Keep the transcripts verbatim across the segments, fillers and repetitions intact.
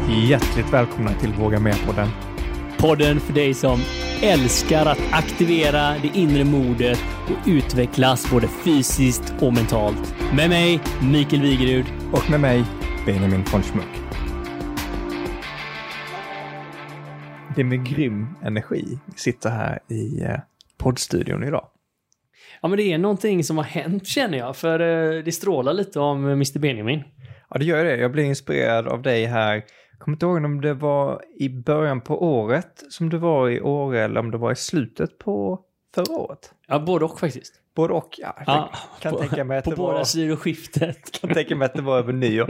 Hjärtligt välkomna till Våga Med-podden. Podden för dig som älskar att aktivera det inre modet och utvecklas både fysiskt och mentalt. Med mig, Mikael Wigerud. Och med mig, Benjamin von Schmuck. Det är med grym energi vi sitter här i eh, poddstudion idag. Ja, men det är någonting som har hänt, känner jag. För eh, det strålar lite om mister Benjamin. Ja, det gör det. Jag blir inspirerad av dig här. Jag kommer inte ihåg om det var i början på året som du var i Åre eller om det var i slutet på förra året. Ja, både och faktiskt. Både och, ja. ja kan på, tänka mig att på det båda var, sidor skiftet. kan tänka mig att det var över nyår.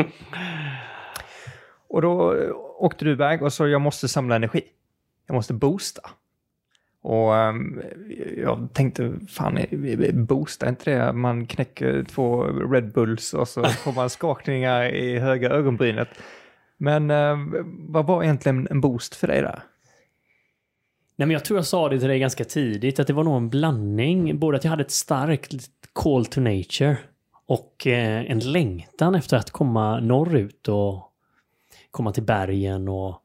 Och då åkte du iväg och så jag måste samla energi. Jag måste boosta. Och um, jag tänkte, fan, boosta inte det? Man knäcker två Red Bulls och så får man skakningar i höga ögonbrynet. Men uh, vad var egentligen en boost för dig där? Nej, men jag tror jag sa det till dig ganska tidigt, att det var nog en blandning. Både att jag hade ett starkt call to nature och eh, en längtan efter att komma norrut och komma till bergen och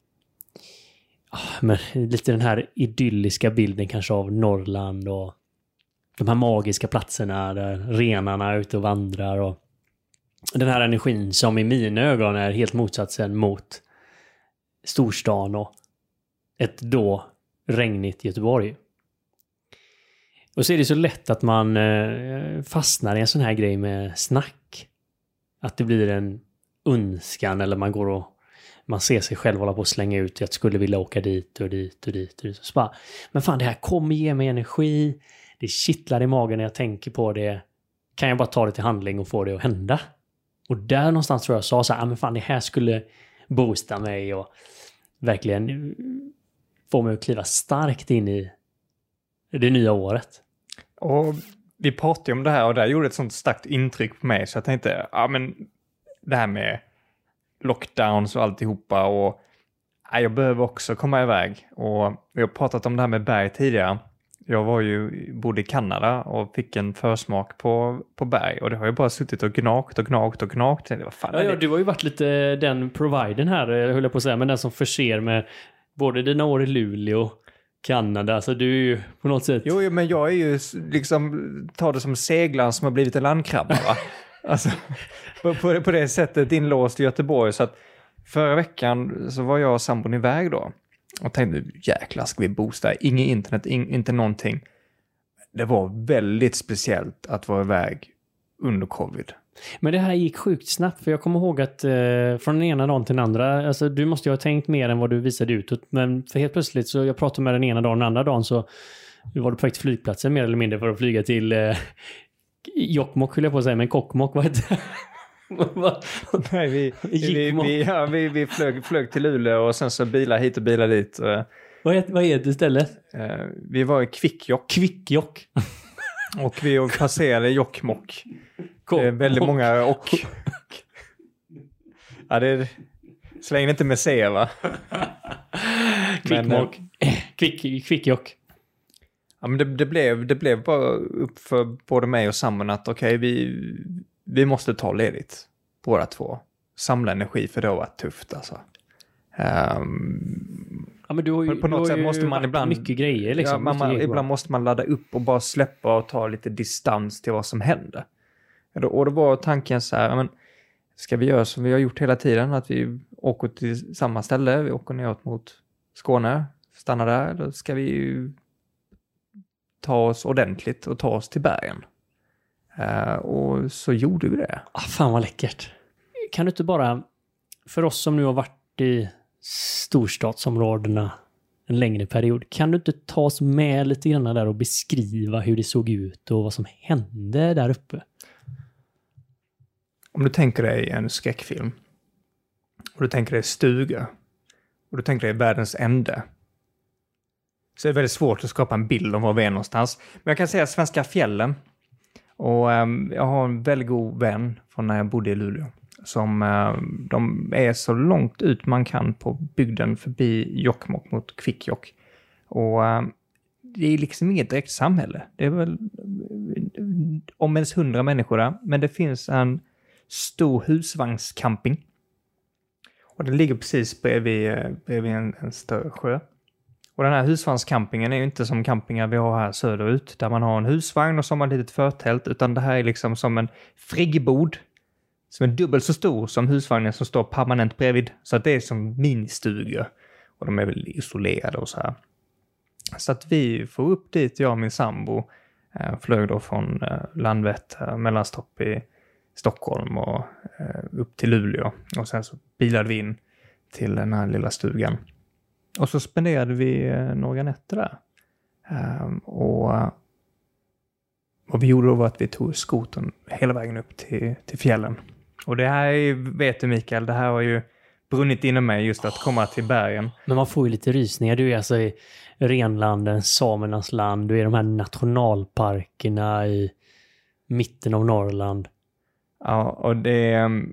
men lite den här idylliska bilden kanske av Norrland och de här magiska platserna där renarna är ute och vandrar och den här energin som i mina ögon är helt motsatsen mot storstan och ett då regnigt Göteborg. Och så är det så lätt att man fastnar i en sån här grej med snack. Att det blir en önskan eller man går och man ser sig själv hålla på att slänga ut att jag skulle vilja åka dit och dit och dit. Och dit. Så bara, men fan, det här kommer ge mig energi. Det kittlar i magen när jag tänker på det. Kan jag bara ta det till handling och få det att hända? Och där någonstans tror jag sa så här, men fan, det här skulle boosta mig och verkligen få mig att kliva starkt in i det nya året. Och vi pratade om det här och det här gjorde ett sånt starkt intryck på mig så jag tänkte, ja men det här med lockdowns och alltihopa och ja, jag behöver också komma iväg och vi har pratat om det här med berg tidigare. Jag var ju bodde i Kanada och fick en försmak på, på berg och det har ju bara suttit och gnagt och gnagt och gnagt. Det var fan ja, ja, du har ju varit lite den providern här, höll jag på att säga, men den som förser med både dina år i Luleå, Kanada, så du är ju på något sätt... Jo, men jag är ju liksom, tar det som seglaren som har blivit en landkrabba, va? Alltså, på, på, på det sättet inlåst i Göteborg. Så att förra veckan så var jag och sambon iväg då. Och tänkte, jäklar, ska vi boosta? Inget internet, in, inte någonting. Det var väldigt speciellt att vara iväg under covid. Men det här gick sjukt snabbt. För jag kommer ihåg att eh, från den ena dagen till den andra. Alltså du måste ju ha tänkt mer än vad du visade utåt. Men för helt plötsligt så jag pratade med den ena dagen och den andra dagen så var du på väg till flygplatsen mer eller mindre för att flyga till... Eh, Jokkmokk skulle jag på att säga, men Kokkmokk, vad heter det? Nej, vi, vi, vi, ja, vi, vi flög, flög till Luleå och sen så bilar hit och bilar dit. Vad heter, vad heter det istället? Uh, vi var i Kvikkjokk. Kvikkjokk. Och vi passerade Jokkmokk. Det är väldigt många och... ja, det är... Släng inte med C, va? Kvikkmokk. Kvick, Kvikkjokk. Ja, men det, det, blev, det blev bara upp för både mig och sambon att okej, okay, vi, vi måste ta ledigt. Båda två. Samla energi för det har varit tufft alltså. Um, ja, men du har ju, på, på något sätt måste man ibland... mycket grejer liksom. Ja, man, man, ibland måste man ladda upp och bara släppa och ta lite distans till vad som händer. Och då var tanken så här, men ska vi göra som vi har gjort hela tiden? Att vi åker till samma ställe, vi åker neråt mot Skåne, stannar där, eller ska vi ta oss ordentligt och ta oss till bergen. Uh, och så gjorde vi det. Ah, fan vad läckert. Kan du inte bara, för oss som nu har varit i storstadsområdena en längre period, kan du inte ta oss med lite grann där och beskriva hur det såg ut och vad som hände där uppe? Om du tänker dig en skräckfilm och du tänker dig stuga och du tänker dig världens ände, så är det väldigt svårt att skapa en bild om var vi är någonstans. Men jag kan säga svenska fjällen. Och um, jag har en väldigt god vän från när jag bodde i Luleå. Som um, de är så långt ut man kan på bygden förbi Jokkmokk mot Kvikkjokk. Och um, det är liksom inget direkt samhälle. Det är väl om ens hundra människor där. Men det finns en stor husvagnscamping. Och Och det ligger precis bredvid, bredvid en, en större sjö. Och den här husvagnscampingen är ju inte som campingar vi har här söderut. Där man har en husvagn och så har man ett litet förtält. Utan det här är liksom som en friggebod. Som är dubbelt så stor som husvagnen som står permanent bredvid. Så att det är som ministugor. Och de är väl isolerade och så här. Så att vi får upp dit, jag och min sambo. Eh, flög då från eh, Landvetter, mellanstopp i Stockholm och eh, upp till Luleå. Och sen så bilade vi in till den här lilla stugan. Och så spenderade vi eh, några nätter där. Um, och vad vi gjorde då var att vi tog skoten hela vägen upp till, till fjällen. Och det här är, vet du Mikael, det här har ju brunnit inom mig just att komma till bergen. Men man får ju lite rysningar. Du är alltså i renlanden, samernas land. Du är i de här nationalparkerna i mitten av Norrland. Ja, och det är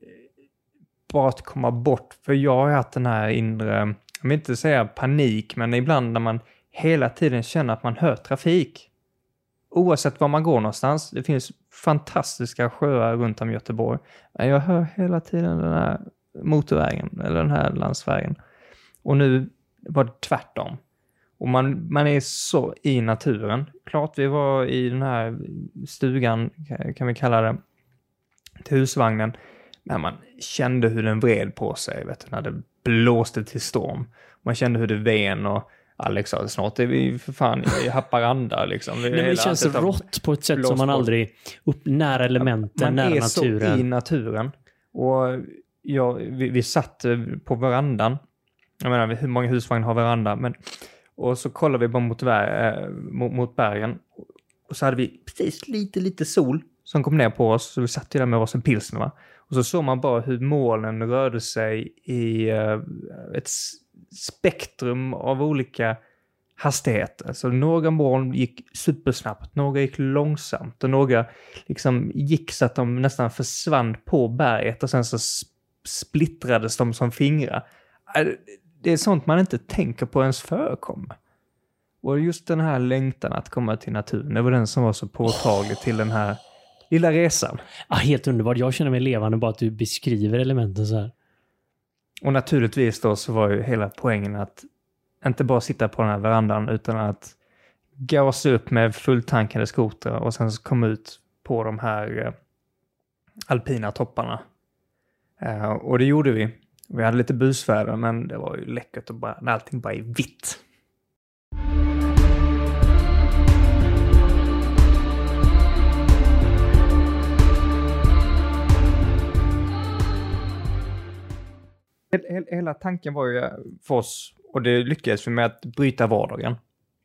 bara att komma bort. För jag har haft den här inre, jag vill inte säga panik, men ibland när man hela tiden känner att man hör trafik. Oavsett var man går någonstans. Det finns fantastiska sjöar runt om Göteborg. Men jag hör hela tiden den här motorvägen, eller den här landsvägen. Och nu var det tvärtom. Och man, man är så i naturen. Klart vi var i den här stugan, kan vi kalla det, till husvagnen. Men man kände hur den vred på sig, vet du, när det blåste till storm. Man kände hur det ven och Alex sa, snart är vi för fan i Haparanda liksom. Nej, men det känns rått på ett sätt som man aldrig upp nära elementen, man nära är naturen. Så i naturen. Och ja, vi, vi satt på verandan. Jag menar, hur många husvagnar har veranda? Men, och så kollade vi bara mot, äh, mot, mot bergen. Och så hade vi precis lite, lite sol som kom ner på oss. Så vi satt ju där med oss en pilsner, va? Och så såg man bara hur molnen rörde sig i uh, ett spektrum av olika hastigheter. Alltså några moln gick supersnabbt, några gick långsamt och några liksom gick så att de nästan försvann på berget och sen så splittrades de som fingrar. Det är sånt man inte tänker på ens förekommer. Och just den här längtan att komma till naturen, det var den som var så påtaglig till den här lilla resan. Ja, helt underbart. Jag känner mig levande bara att du beskriver elementen så här. Och naturligtvis då så var ju hela poängen att inte bara sitta på den här verandan utan att gasa upp med fulltankade skotrar och sen komma ut på de här eh, alpina topparna. Eh, och det gjorde vi. Vi hade lite busväder, men det var ju läckert och bara, när allting bara är vitt. Hela tanken var ju för oss, och det lyckades vi med, att bryta vardagen.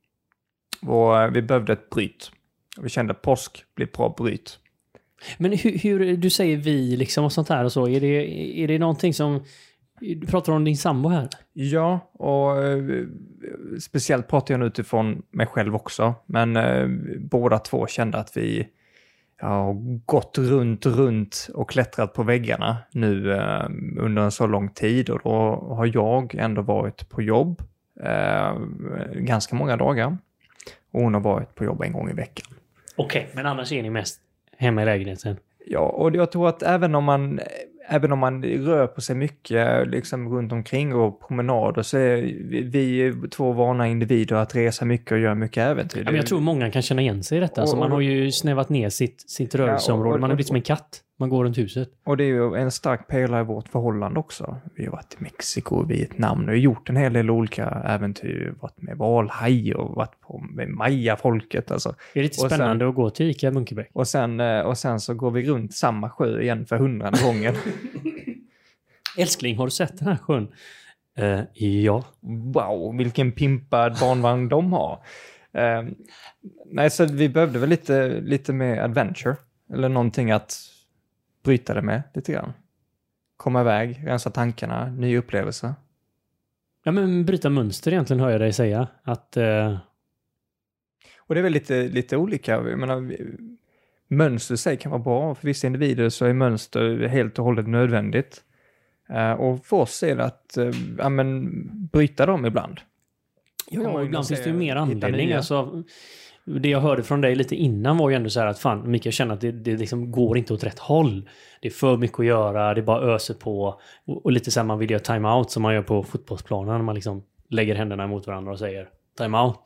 Och vi behövde ett bryt. Och vi kände att påsk blir bra bryt. Men hur, hur du säger vi liksom och sånt här och så, är det, är det någonting som, du pratar om din sambo här? Ja, och eh, speciellt pratar jag nu utifrån mig själv också. Men eh, båda två kände att vi har gått runt, runt och klättrat på väggarna nu eh, under en så lång tid. Och då har jag ändå varit på jobb eh, ganska många dagar. Och hon har varit på jobb en gång i veckan. Okej, okay, men annars är ni mest hemma i lägenheten? Ja, och jag tror att även om man, även om man rör på sig mycket liksom runt omkring och promenader, så är vi, vi två vana individer att resa mycket och göra mycket äventyr. Ja, men jag tror många kan känna igen sig i detta. Och, så man har ju snävat ner sitt, sitt rörelseområde. Ja, och, och, man har blivit som en katt. Man går runt huset. Och det är ju en stark pelare i vårt förhållande också. Vi har varit i Mexiko, Vietnam. Vi har gjort en hel del olika äventyr. Varit med valhaj och varit på med Maya-folket. Alltså. Det är lite spännande sen, att gå till Ica Munkebäck. Och sen, och sen så går vi runt samma sjö igen för hundrade gången. Älskling, har du sett den här sjön? Uh, ja. Wow, vilken pimpad barnvagn de har. Uh, nej, så vi behövde väl lite, lite mer adventure. Eller någonting att bryta det med lite grann. Komma iväg, rensa tankarna, ny upplevelse. Ja, men bryta mönster egentligen, hör jag dig säga. Att, uh... Och det är väl lite, lite olika. Jag menar, mönster i sig kan vara bra. För vissa individer så är mönster helt och hållet nödvändigt. Uh, och för oss är det att uh, ja, men, bryta dem ibland. Ja, och ibland finns det ju mer anledning. Alltså, det jag hörde från dig lite innan var ju ändå så här att fan, Mikael känner att det, det liksom går inte åt rätt håll. Det är för mycket att göra, det bara öser på. Och, och lite så här, man vill göra time-out som man gör på fotbollsplanen när man liksom lägger händerna emot varandra och säger time-out.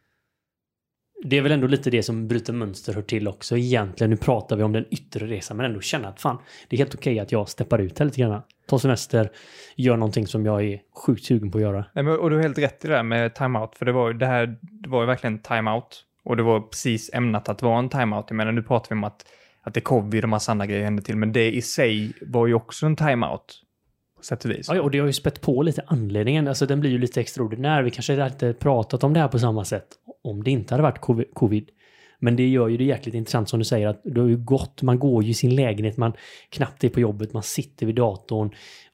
Det är väl ändå lite det som bryter mönster hör till också. Egentligen, nu pratar vi om den yttre resan, men ändå känna att fan, det är helt okej att jag steppar ut här lite grann. Ta semester, gör någonting som jag är sjukt sugen på att göra. Nej, men, och du har helt rätt i det där med timeout, för det var ju, det här, det var ju verkligen timeout. Och det var precis ämnat att vara en timeout. Jag menar, nu pratar vi om att, att det covid och massa andra grejer hände till, men det i sig var ju också en timeout. På sätt och vis. Ja, och det har ju spett på lite anledningen. Alltså den blir ju lite extraordinär. Vi kanske inte pratat om det här på samma sätt om det inte hade varit covid. Men det gör ju det jäkligt intressant som du säger att det har ju gått, man går ju i sin lägenhet, man knappt är på jobbet, man sitter vid datorn.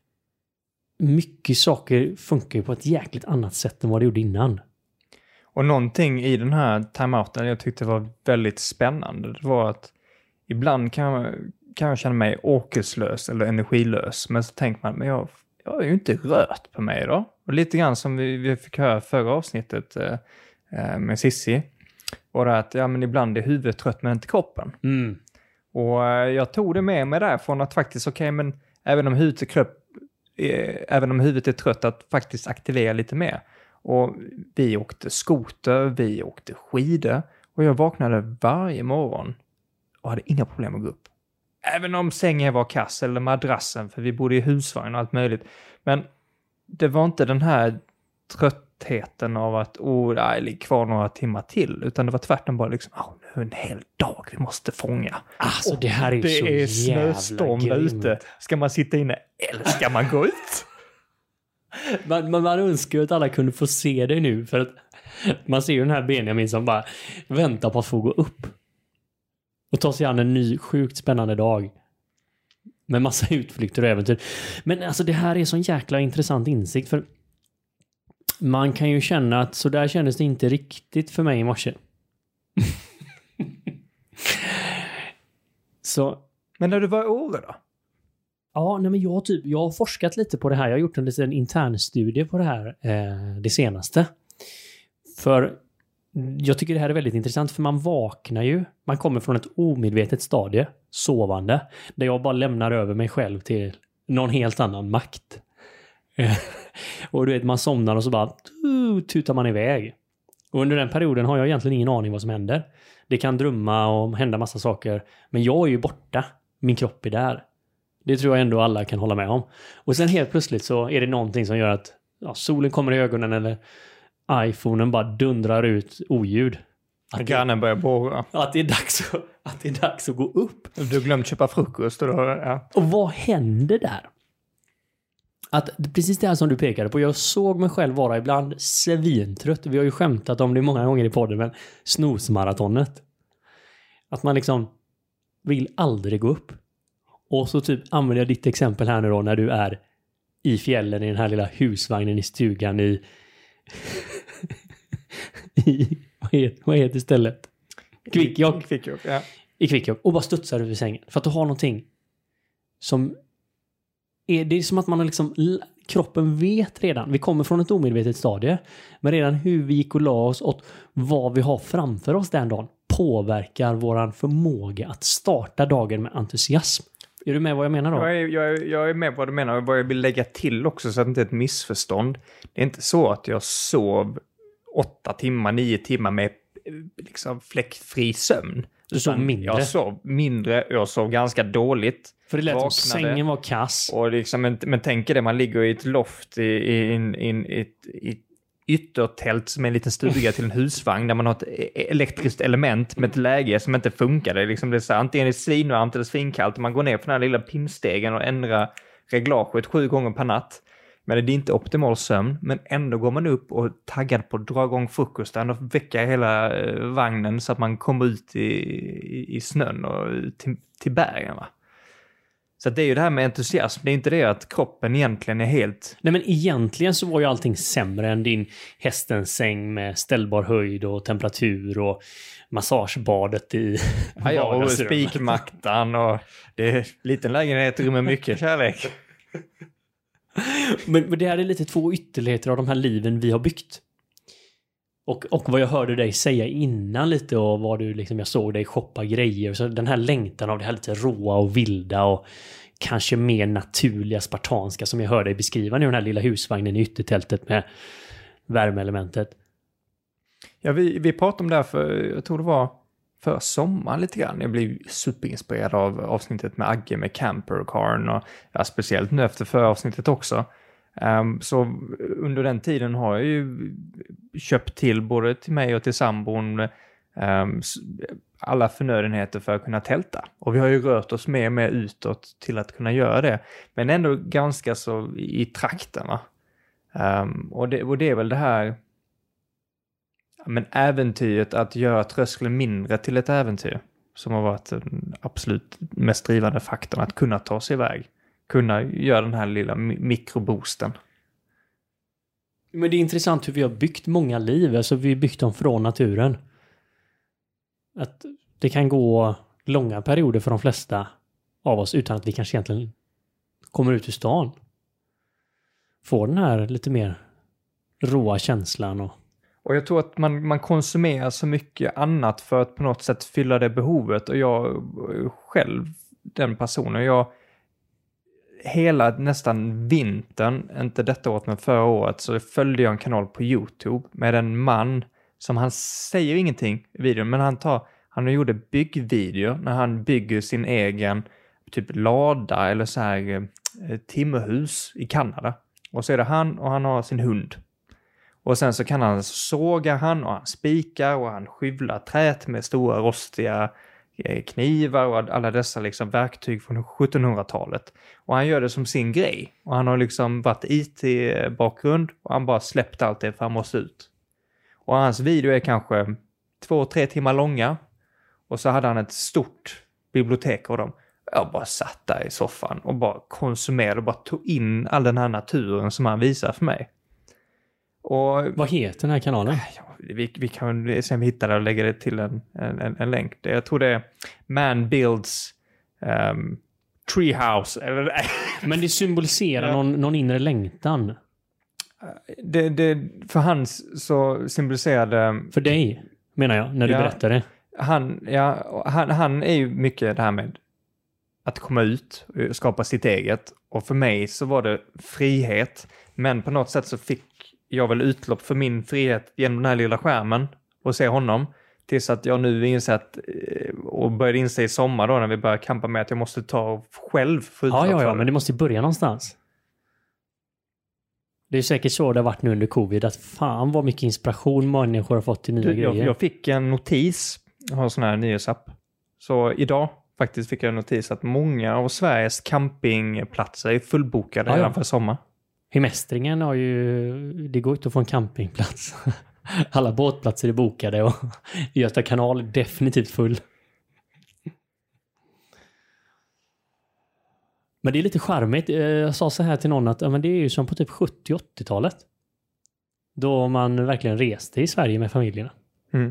Mycket saker funkar ju på ett jäkligt annat sätt än vad det gjorde innan. Och någonting i den här timeouten jag tyckte var väldigt spännande, det var att ibland kan jag, kan jag känna mig åkeslös eller energilös, men så tänker man, men jag, jag är ju inte rört på mig då. Och lite grann som vi, vi fick höra förra avsnittet eh, med Sissi, var det att ja, men ibland är huvudet trött men inte kroppen. Mm. Och eh, jag tog det med mig därifrån att faktiskt, okej, okay, men även om huvudet är klöpp, eh, även om huvudet är trött, att faktiskt aktivera lite mer. Och vi åkte skoter, vi åkte skidor och jag vaknade varje morgon och hade inga problem att gå upp. Även om sängen var kass eller madrassen, för vi bodde i husvagn och allt möjligt. Men det var inte den här tröttheten av att åh, det är kvar några timmar till, utan det var tvärtom bara liksom, åh, nu är en hel dag vi måste fånga. Alltså oh, det här är ju det så är snöstorm där ute. Ska man sitta inne eller ska man gå ut? Man, man, man önskar att alla kunde få se det nu, för att man ser ju den här Benjamin som bara väntar på att få gå upp och ta sig an en ny sjukt spännande dag med massa utflykter och äventyr. Men alltså det här är så en jäkla intressant insikt, för man kan ju känna att så där kändes det inte riktigt för mig i morse. Så, men när du var i Åre då? Ja, nej men jag, typ, jag har forskat lite på det här. Jag har gjort en liten intern studie på det här eh, det senaste. För jag tycker det här är väldigt intressant, för man vaknar ju. Man kommer från ett omedvetet stadie, sovande, där jag bara lämnar över mig själv till någon helt annan makt. Och du vet, man somnar och så bara tutar man iväg. Och under den perioden har jag egentligen ingen aning vad som händer. Det kan drömma och hända massa saker. Men jag är ju borta. Min kropp är där. Det tror jag ändå alla kan hålla med om. Och sen helt plötsligt så är det någonting som gör att ja, solen kommer i ögonen eller iPhonen bara dundrar ut oljud. Att grannen börjar borra. Att det är dags att, att det är dags att gå upp. Du har glömt köpa frukost. Och, då, ja. Och vad händer där? Att precis det här som du pekade på, jag såg mig själv vara ibland svintrött. Vi har ju skämtat om det många gånger i podden, men snosmaratonet. Att man liksom vill aldrig gå upp. Och så typ använder jag ditt exempel här nu då, när du är i fjällen i den här lilla husvagnen i stugan i i vad heter, vad heter stället? Kvikkjokk. Kvikkjokk, ja. I Kvikkjokk. Och bara studsar över sängen. För att du har någonting som är, det är som att man har liksom, kroppen vet redan, vi kommer från ett omedvetet stadie, men redan hur vi gick och la oss och vad vi har framför oss den dagen påverkar våran förmåga att starta dagen med entusiasm. Är du med vad jag menar då? Jag är, jag är, jag är med vad du menar, och vad jag vill lägga till också så att det inte är ett missförstånd. Det är inte så att jag sov åtta timmar, nio timmar med liksom fläckfri sömn. Du sov mindre? Jag sov mindre, jag sov ganska dåligt. För det lät som sängen var kass. Och liksom, men, men tänk det, man ligger i ett loft i, i, i, i, i ett yttertält som är en liten stuga till en husvagn där man har ett elektriskt element med ett läge som inte funkar. Det är, liksom, det är så, antingen är det svinvarmt eller svinkallt. Man går ner på den här lilla pinnstegen och ändrar reglaget sju gånger per natt. Men det är inte optimal sömn, men ändå går man upp och taggad på att dra igång frukosten och väcka hela vagnen så att man kommer ut i, i, i snön och till, till bergen, va? Så det är ju det här med entusiasm. Det är inte det att kroppen egentligen är helt... Nej, men egentligen så var ju allting sämre än din hästens säng med ställbar höjd och temperatur och massagebadet i ja, ja, och spikmattan och det är liten lägenhet med mycket kärlek. men, men det här är lite två ytterligheter av de här liven vi har byggt. Och, och vad jag hörde dig säga innan lite och vad du liksom, jag såg dig shoppa grejer. Så den här längtan av det här lite råa och vilda och kanske mer naturliga spartanska som jag hörde dig beskriva nu, den här lilla husvagnen i yttertältet med värmeelementet. Ja, vi, vi pratade om det här för, jag tror det var för sommaren lite grann. Jag blev superinspirerad av avsnittet med Agge med campercarn och ja, speciellt nu efter förra avsnittet också. Um, så under den tiden har jag ju köpt till både till mig och till sambon um, alla förnödenheter för att kunna tälta. Och vi har ju rört oss mer och mer utåt till att kunna göra det. Men ändå ganska så i trakterna. Um, och, det, och det är väl det här men äventyret att göra tröskeln mindre till ett äventyr som har varit den absolut mest drivande faktorn, att kunna ta sig iväg. Kunna göra den här lilla mikroboosten. Men det är intressant hur vi har byggt många liv. Alltså vi har byggt dem från naturen. Att det kan gå långa perioder för de flesta av oss utan att vi kanske egentligen kommer ut ur stan. Får den här lite mer råa känslan. Och, och jag tror att man, man konsumerar så mycket annat för att på något sätt fylla det behovet. Och jag själv, den personen, jag hela nästan vintern, inte detta året men förra året, så följde jag en kanal på YouTube med en man som han säger ingenting i videon, men han tar, han gjorde byggvideo när han bygger sin egen typ lada eller så här eh, timmerhus i Kanada. Och så är det han och han har sin hund. Och sen så kan han såga han och han spikar och han skyvlar träet med stora rostiga knivar och alla dessa liksom verktyg från sjuttonhundratalet. Och han gör det som sin grej. Och han har liksom varit I T-bakgrund och han bara släppt allt det för han måste ut. Och hans video är kanske två, tre timmar långa. Och så hade han ett stort bibliotek av dem. Jag bara satt där i soffan och bara konsumerade och bara tog in all den här naturen som han visar för mig. Och vad heter den här kanalen? Ja, vi, vi kan sen hitta det och lägga det till en, en, en länk. Jag tror det är Man Builds um, Treehouse. Eller, men det symboliserar ja. någon, någon inre längtan. Det, det, för han så symboliserade... För dig, menar jag, när du ja, berättade. Han, ja, han, han är ju mycket det här med att komma ut och skapa sitt eget. Och för mig så var det frihet. Men på något sätt så fick jag väl utlopp för min frihet genom den här lilla skärmen och se honom. Tills att jag nu insett och började inse i sommar då när vi började kampa med att jag måste ta själv för ja, ja, ja, men det måste ju börja någonstans. Det är säkert så det har varit nu under covid att fan vad mycket inspiration människor har fått till nya du, grejer. Jag, jag fick en notis, jag har en sån här nyhetsapp. Så idag faktiskt fick jag en notis att många av Sveriges campingplatser är fullbokade ja, ja. redan för sommar. Hemestringen har ju, det går inte att få en campingplats. Alla båtplatser är bokade och Göta kanal är definitivt full. Men det är lite charmigt. Jag sa så här till någon att ja, men det är ju som på typ sjuttio-åttiotalet. Då man verkligen reste i Sverige med familjerna. Mm.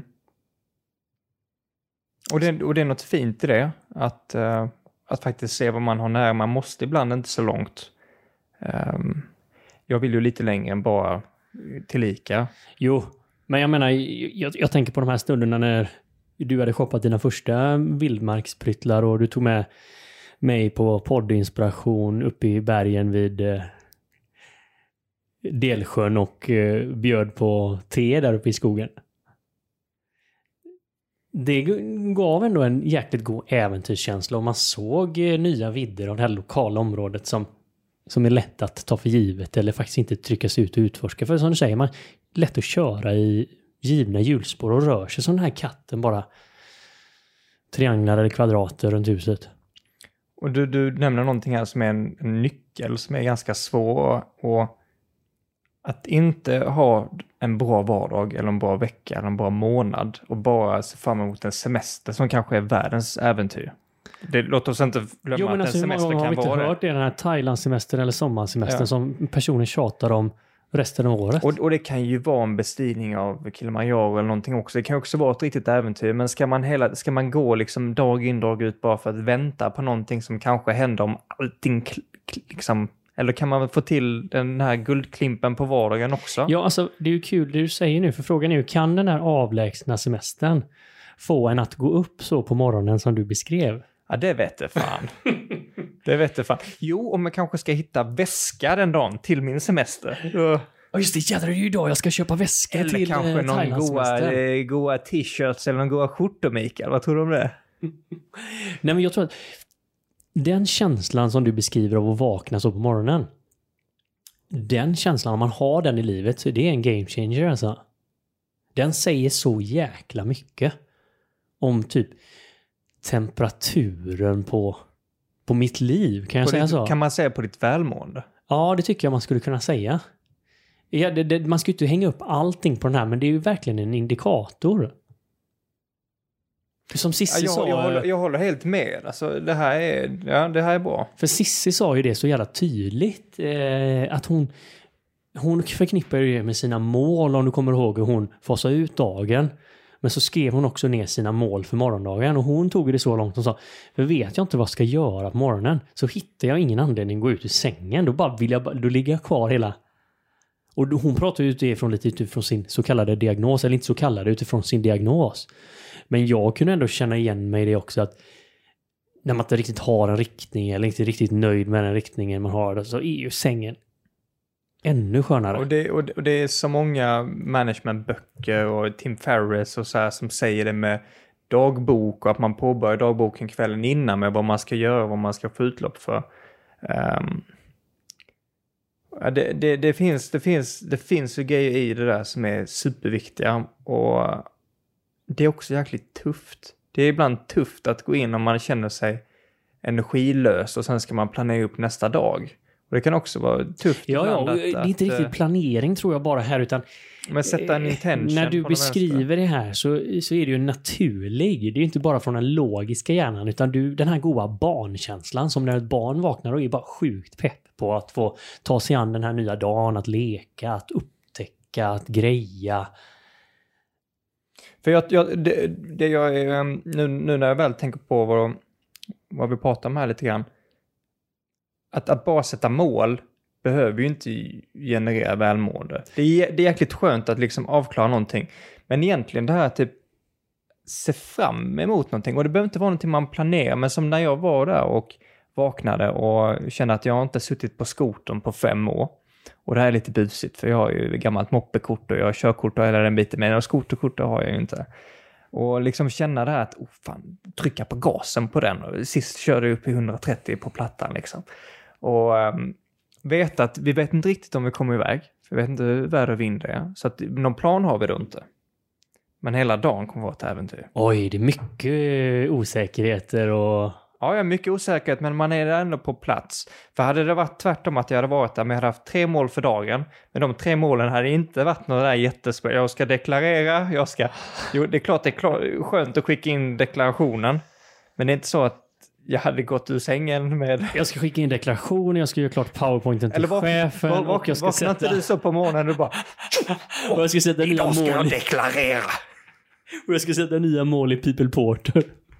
Och, det, och det är något fint i det. Att, uh, att faktiskt se vad man har nära. Man måste ibland inte så långt. Um, jag vill ju lite längre än bara tillika. Jo, men jag menar, jag, jag tänker på de här stunderna när du hade shoppat dina första vildmarkspryttlar och du tog med mig på poddinspiration uppe i bergen vid eh, Delsjön och eh, bjöd på te där uppe i skogen. Det gav ändå en jäkligt god äventyrskänsla och man såg eh, nya vidder av det här lokala området som, som är lätt att ta för givet eller faktiskt inte trycka sig ut och utforska. För som du säger, man är lätt att köra i givna hjulspår och rör sig som den här katten bara trianglar eller kvadrater runt huset. Och du, du nämner någonting här som är en, en nyckel som är ganska svår. Och att inte ha en bra vardag eller en bra vecka eller en bra månad och bara se fram emot en semester som kanske är världens äventyr. Det, låt oss inte glömma jo, men att alltså, en semester kan vara det. Har vi inte hört det, den här Thailandsemestern eller sommarsemestern ja. som personen tjatar om resten av året? Och, och det kan ju vara en bestigning av Kilimanjaro eller någonting också. Det kan också vara ett riktigt äventyr. Men ska man, hela, ska man gå liksom dag in dag ut bara för att vänta på någonting som kanske händer om allting liksom Eller kan man få till den här guldklimpen på vardagen också? Ja, alltså det är ju kul det du säger nu, för frågan är ju, kan den här avlägsna semestern få en att gå upp så på morgonen som du beskrev? Ja, det vet jag fan. det vet jag fan. Jo, om jag kanske ska hitta väska den dagen till min semester. Ja, just det, jädrar, det är ju idag jag ska köpa väska eller till kanske eh, någon goa, eh, goa t-shirts eller någon goa skjortor, Mikael. Vad tror du om det? Nej, men jag tror att den känslan som du beskriver av att vakna så på morgonen, den känslan, om man har den i livet, så det är en game changer alltså. Den säger så jäkla mycket om typ temperaturen på, på mitt liv, kan jag på säga ditt, så? Kan man säga på ditt välmående? Ja, det tycker jag man skulle kunna säga. Ja, det, det, man ska ju inte hänga upp allting på den här, men det är ju verkligen en indikator. Som Sissi ja, jag, sa... jag, håller, jag håller helt med. Alltså, det, här är, ja, det här är bra. För Sissi sa ju det så jävla tydligt. Eh, att hon, hon förknippar ju det med sina mål, om du kommer ihåg hur hon fasade ut dagen. Men så skrev hon också ner sina mål för morgondagen. Och hon tog det så långt och sa, för vet jag inte vad jag ska göra på morgonen, så hittar jag ingen anledning att gå ut ur sängen. Då, bara vill jag, då ligger jag kvar hela... Och hon pratar ju utifrån, lite utifrån sin så kallade diagnos, eller inte så kallade, utifrån sin diagnos. Men jag kunde ändå känna igen mig i det också, att när man inte riktigt har en riktning eller inte riktigt nöjd med den riktningen man har, så är ju sängen ännu skönare. Och det, och det, och det är så många managementböcker och Tim Ferriss och så här som säger det med dagbok, och att man påbörjar dagboken kvällen innan med vad man ska göra, vad man ska få utlopp för. Um, det, det, det, finns, det, finns, det finns ju grejer i det där som är superviktiga, och det är också jäkligt tufft. Det är ibland tufft att gå in om man känner sig energilös och sen ska man planera upp nästa dag. Och det kan också vara tufft. Ja, ja, att, det är inte att, riktigt planering tror jag bara här, utan men sätta en intention. När du på beskriver det här så, så är det ju naturlig. Det är inte bara från den logiska hjärnan, utan du, den här goda barnkänslan som när ett barn vaknar och är bara sjukt pepp på att få ta sig an den här nya dagen, att leka, att upptäcka, att greja. För jag, jag, det, det jag är, nu, nu när jag väl tänker på vad, vad vi pratar om här lite grann, att, att bara sätta mål behöver ju inte generera välmående. Det är, det är jäkligt skönt att liksom avklara någonting, men egentligen det här typ se fram emot någonting, och det behöver inte vara någonting man planerar, men som när jag var där och vaknade och kände att jag inte suttit på skotern på fem år. Och det här är lite busigt, för jag har ju gammalt moppekort och jag har körkort och hela den biten, men skoterkort har jag ju inte. Och liksom känna det här att, oh fan, trycka på gasen på den. Och sist körde jag upp i hundratrettio på plattan liksom. Och um, vet att vi vet inte riktigt om vi kommer iväg. För vi vet inte hur väder och vind är. Så att någon plan har vi då inte. Men hela dagen kommer vara ett äventyr. Oj, det är mycket osäkerheter och... Ja, jag är mycket osäkerhet, men man är ändå på plats. För hade det varit tvärtom att jag hade varit där, men jag hade haft tre mål för dagen. Men de tre målen hade inte varit några där jättespel. Jag ska deklarera, jag ska... Jo, det är klart det är klart, skönt att skicka in deklarationen. Men det är inte så att jag hade gått ur sängen med... Jag ska skicka in deklarationen, jag ska göra klart powerpointen till Eller chefen. Eller och jag ska vaknar sätta... inte du så på morgonen och bara... och jag ska sätta nya Idag ska mål. jag deklarera. Och jag ska sätta nya mål i People Porter.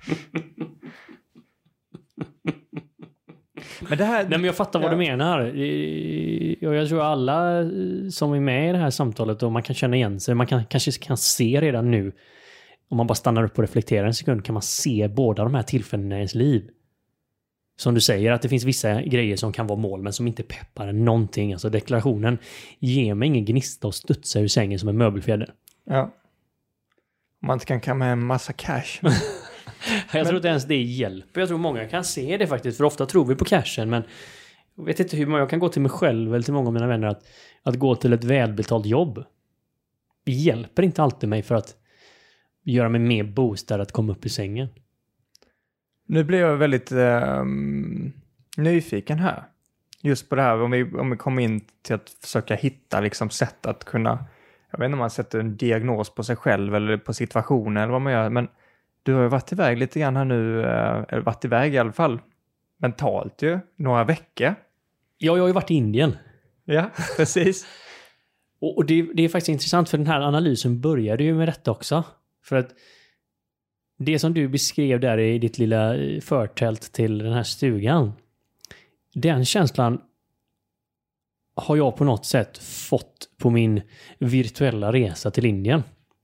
Men det här... Nej, men jag fattar vad ja. du menar. Jag, jag tror alla som är med i det här samtalet, och man kan känna igen sig, man kan, kanske kan se redan nu, om man bara stannar upp och reflekterar en sekund, kan man se båda de här tillfällena i ens liv. Som du säger, att det finns vissa grejer som kan vara mål, men som inte peppar någonting. Alltså deklarationen ger mig ingen gnista och studsa ur sängen som en möbelfjäder. Ja. Om man inte kan kamma en massa cash. Jag men... tror inte ens det hjälper. Jag tror många kan se det faktiskt. För ofta tror vi på cashen. Men jag vet inte hur många jag kan gå till mig själv eller till många av mina vänner. Att, att gå till ett välbetalt jobb. Det hjälper inte alltid mig för att göra mig mer boostad att komma upp i sängen. Nu blir jag väldigt um, nyfiken här. Just på det här. Om vi, om vi kommer in till att försöka hitta liksom, sätt att kunna... Jag vet inte om man sätter en diagnos på sig själv eller på situationen eller vad man gör. Men du har ju varit iväg lite grann här nu. Eller varit iväg i alla fall mentalt ju. Några veckor. Ja, jag har ju varit i Indien. Ja, precis. och och det, det är faktiskt intressant, för den här analysen började ju med detta också. För att det som du beskrev där i ditt lilla förtält till den här stugan. Den känslan har jag på något sätt fått på min virtuella resa till Indien.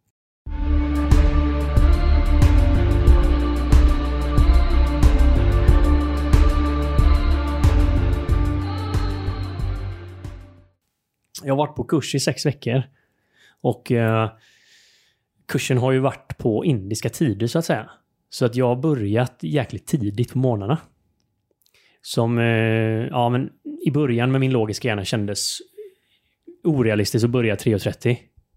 Jag har varit på kurs i sex veckor. Och eh, kursen har ju varit på indiska tider så att säga. Så att jag har börjat jäkligt tidigt på morgnarna. Som, eh, ja men i början med min logiska hjärna kändes orealistiskt att börja tre och trettio.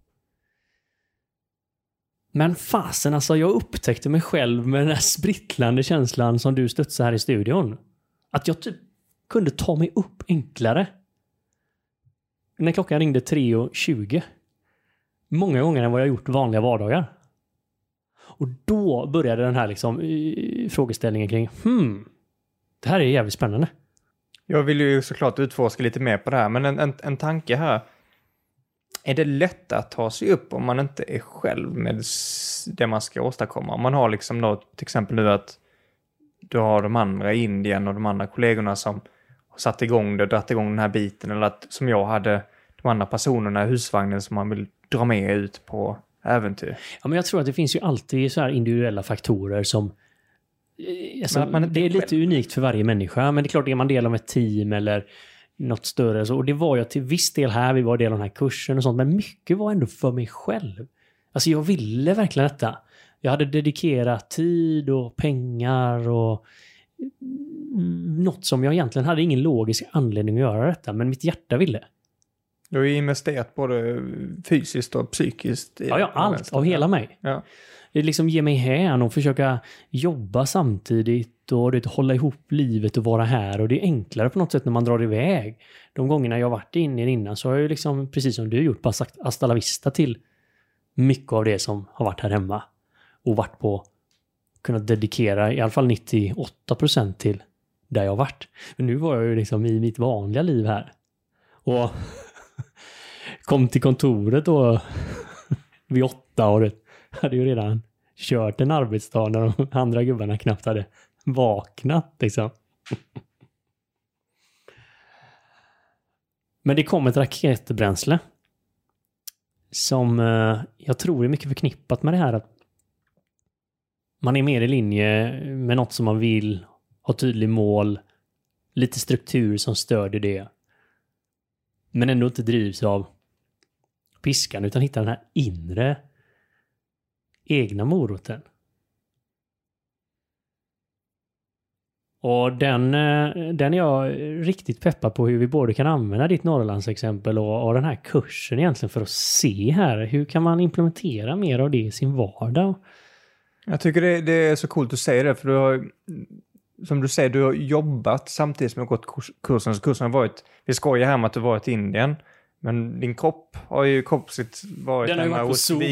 Men fasen alltså, jag upptäckte mig själv med den här sprittlande känslan som du studsade här i studion. Att jag typ kunde ta mig upp enklare. När klockan ringde tre och tjugo. Många gånger än vad jag gjort vanliga vardagar. Och då började den här liksom frågeställningen kring hmm, det här är jävligt spännande. Jag vill ju såklart utforska lite mer på det här, men en, en, en tanke här. Är det lätt att ta sig upp om man inte är själv med det man ska åstadkomma? Om man har liksom då, till exempel nu att du har de andra i Indien och de andra kollegorna som har satt igång det, dratt igång den här biten, eller att som jag hade de andra personerna i husvagnen som man vill dra med ut på äventyr. Ja, men jag tror att det finns ju alltid så här individuella faktorer som alltså, att man det är lite själv. Unikt för varje människa, men det är klart, är man del av ett team eller något större så, och det var jag till viss del här, vi var del av den här kursen och sånt, men mycket var ändå för mig själv. Alltså jag ville verkligen detta. Jag hade dedikerat tid och pengar och något som jag egentligen hade ingen logisk anledning att göra detta, men mitt hjärta ville. Du har ju investerat både fysiskt och psykiskt. I ja, ja, allt av hela mig. Ja. Det liksom ge mig hän och försöka jobba samtidigt och det, hålla ihop livet och vara här. Och det är enklare på något sätt när man drar iväg. De gångerna jag varit inne innan så har jag ju liksom, precis som du gjort, bara sagt hasta la vista till mycket av det som har varit här hemma. Och varit på, kunnat dedikera i alla fall nittioåtta procent till där jag har varit. Men nu var jag ju liksom i mitt vanliga liv här. Och kom till kontoret då vid åtta år. Hade ju redan kört en arbetsdag när de andra gubbarna knappt hade vaknat liksom. Men det kom ett raketbränsle som eh, jag tror är mycket förknippat med det här att man är mer i linje med något som man vill, ha tydlig mål, lite struktur som stödjer det. Men ändå inte drivs av piskan utan hittar den här inre egna moroten. Och den, den är jag riktigt peppad på hur vi både kan använda ditt Norrlandsexempel och, och den här kursen egentligen för att se här hur kan man implementera mer av det i sin vardag. Jag tycker det, det är så coolt att säga det, för du har, som du säger, du har jobbat samtidigt som du har gått kursen. Så kursen har varit, vi skojar här med att du har varit i Indien. Men din kropp har ju kroppsligt varit den har varit på Zoom.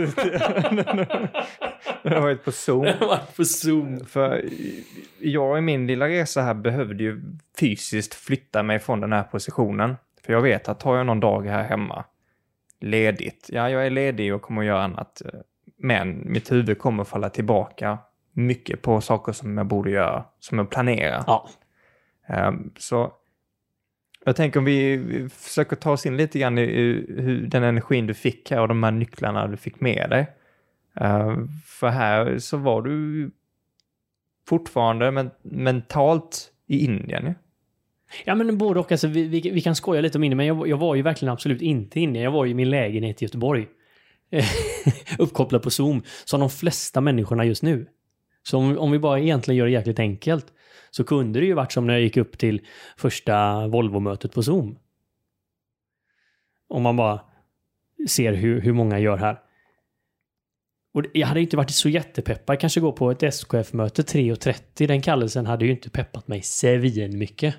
Den har varit på Zoom. Den har varit på Zoom. För jag i min lilla resa här behövde ju fysiskt flytta mig från den här positionen. För jag vet att har jag någon dag här hemma ledigt. Ja, jag är ledig och kommer att göra annat. Men mitt huvud kommer att falla tillbaka mycket på saker som jag borde göra. Som jag planerar. Ja. Um, så jag tänker om vi försöker ta oss in lite grann i, i hur den energin du fick här och de här nycklarna du fick med dig. Uh, för här så var du fortfarande men, mentalt i Indien. Ja, ja men både och. Alltså, vi, vi, vi kan skoja lite om Indien, men jag, jag var ju verkligen absolut inte i Indien. Jag var i min lägenhet i Göteborg. Uppkopplad på Zoom. Som de flesta människorna just nu. Så om, om vi bara egentligen gör det jäkligt enkelt. Så kunde det ju varit som när jag gick upp till första Volvo-mötet på Zoom. Om man bara ser hur, hur många gör här. Och jag hade inte varit så jättepeppad. Kanske gå på ett S K F-möte tre och trettio. Den kallelsen hade ju inte peppat mig svin mycket.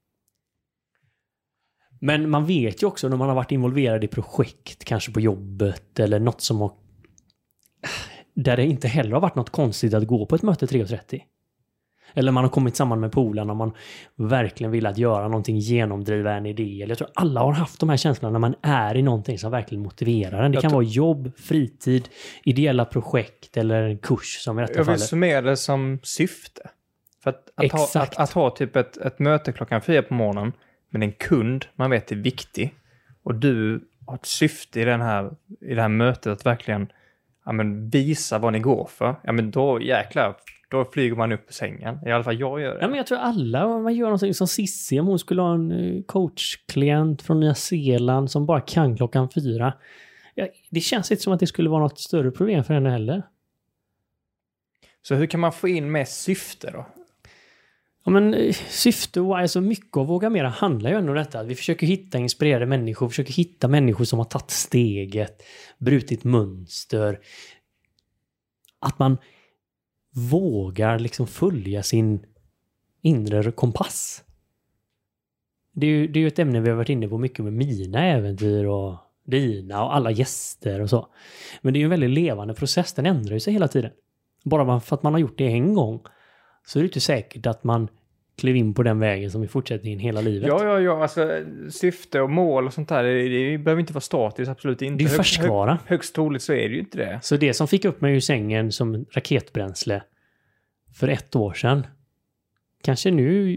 Men man vet ju också när man har varit involverad i projekt. Kanske på jobbet eller något som har... Där det inte heller har varit något konstigt att gå på ett möte tre och trettio. Eller man har kommit samman med polarna och man verkligen vill att göra någonting, genomdriva en idé. Eller jag tror alla har haft de här känslorna när man är i någonting som verkligen motiverar en. Det jag kan tror... vara jobb, fritid, ideella projekt eller en kurs som i detta jag vill fallet. summera det som syfte. För att, att, ha, att, att ha typ ett, ett möte klockan fyra på morgonen men en kund man vet är viktig och du har ett syfte i, den här, i det här mötet att verkligen ja, men visa vad ni går för, ja men då jäklar, då flyger man upp på sängen. I alla fall jag gör det. Ja, men jag tror alla, man gör någonting som Sissi, om hon skulle ha en coachklient från Nya Zeeland som bara kan klockan fyra. Ja, det känns inte som att det skulle vara något större problem för henne heller. Så hur kan man få in med syfte då? Ja, men syfte och alltså mycket av Våga Mera handlar ju ändå om detta. Att vi försöker hitta inspirerade människor, försöker hitta människor som har tagit steget, brutit mönster. Att man vågar liksom följa sin inre kompass. Det är ju, det är ju ett ämne vi har varit inne på mycket med mina äventyr och dina och alla gäster och så. Men det är ju en väldigt levande process, den ändrar ju sig hela tiden. Bara för att man har gjort det en gång så är det inte säkert att man kliver in på den vägen som i fortsättningen hela livet. Ja, ja, ja. Alltså syfte och mål och sånt där, det, det behöver inte vara statiskt, absolut inte. Det är ju färskvara. Hög, hög, högst troligt så är det ju inte det. Så det som fick upp mig ur sängen som raketbränsle för ett år sedan, kanske nu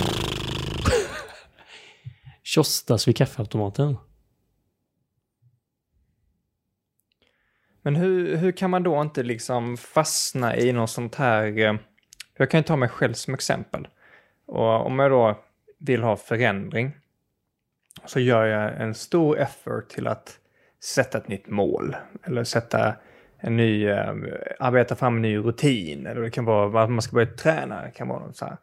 tjostas vid kaffeautomaten. Men hur, hur kan man då inte liksom fastna i något sånt här... Jag kan ju ta mig själv som exempel. Och om jag då vill ha förändring så gör jag en stor effort till att sätta ett nytt mål. Eller sätta en ny... Arbeta fram en ny rutin. Eller det kan vara att man ska börja träna. Det kan vara något så här.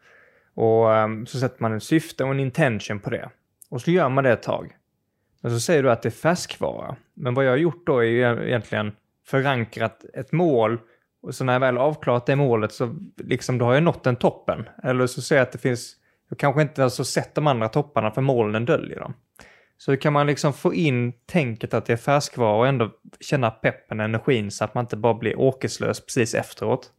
Och så sätter man en syfte och en intention på det. Och så gör man det ett tag. Och så säger du att det är färskvara. Men vad jag har gjort då är ju egentligen förankrat ett mål. Och så när jag väl avklarat det målet så liksom då har jag nått den toppen. Eller så säger jag att det finns, jag kanske inte alltså sett de andra topparna för målen döljer dem. Så kan man liksom få in tänket att det är färskvara och ändå känna peppen och energin så att man inte bara blir åkeslös precis efteråt.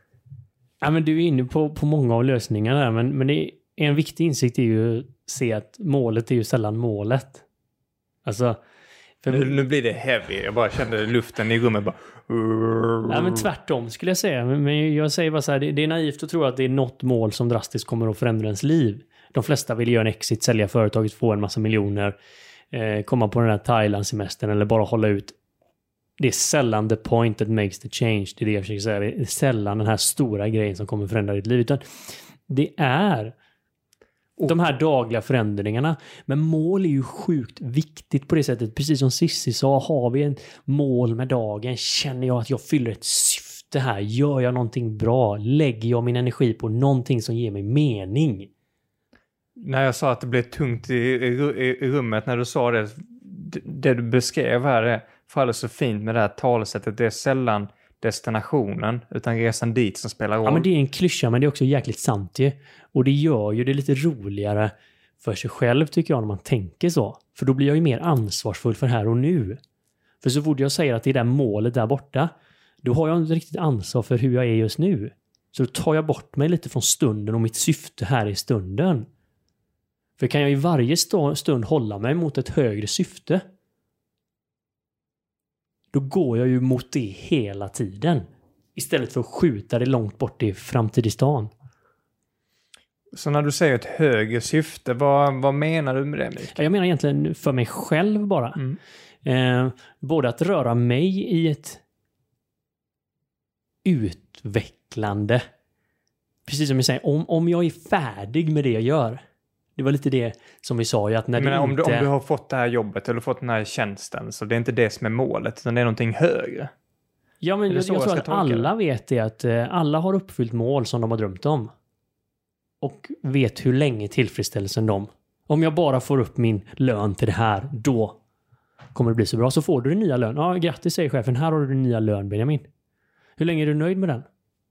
Ja, men du är inne på, på många av lösningarna där, men, men det är, en viktig insikt är ju att se att målet är ju sällan målet. Alltså... För nu, nu blir det heavy. Jag bara kände luften i rummet bara... Ja, men tvärtom skulle jag säga. Men jag säger bara så här, det, det är naivt att tro att det är något mål som drastiskt kommer att förändra ens liv. De flesta vill göra en exit, sälja företaget, få en massa miljoner, eh, komma på den här Thailand-semestern eller bara hålla ut. Det är sällan the point that makes the change. Det är det jag försöker säga. Det är sällan den här stora grejen som kommer förändra ditt liv. Utan det är... de här dagliga förändringarna. Men mål är ju sjukt viktigt på det sättet. Precis som Sissi sa, har vi en mål med dagen, känner jag att jag fyller ett syfte här. Gör jag någonting bra? Lägger jag min energi på någonting som ger mig mening? När jag sa att det blev tungt i, i, i rummet, när du sa det, det du beskrev här är faller så fint med det här talesättet. Det är sällan destinationen utan resan dit som spelar roll. Ja, men det är en klyscha, men det är också jäkligt sant ju. Och det gör ju det lite roligare för sig själv tycker jag när man tänker så. För då blir jag ju mer ansvarsfull för här och nu. För så fort jag säger att det är det målet där borta, då har jag inte riktigt ansvar för hur jag är just nu. Så då tar jag bort mig lite från stunden och mitt syfte här i stunden. För kan jag i varje stund hålla mig mot ett högre syfte, då går jag ju mot det hela tiden. Istället för att skjuta det långt bort i framtid i stan. Så när du säger ett högre syfte, vad, vad menar du med det, Mikael? Jag menar egentligen för mig själv bara. Mm. Eh, både att röra mig i ett utvecklande. Precis som jag säger, om, om jag är färdig med det jag gör. Det var lite det som vi sa ju att när Men du om, inte... du, om du har fått det här jobbet eller fått den här tjänsten, så det är inte det som är målet, utan det är någonting högre. Ja, men jag, jag tror att alla vet det, att eh, alla har uppfyllt mål som de har drömt om. Och vet hur länge tillfredsställelsen de. Om jag bara får upp min lön till det här, då kommer det bli så bra. Så får du din nya lön. Ja, grattis säger chefen. Här har du din nya lön, Benjamin. Hur länge är du nöjd med den?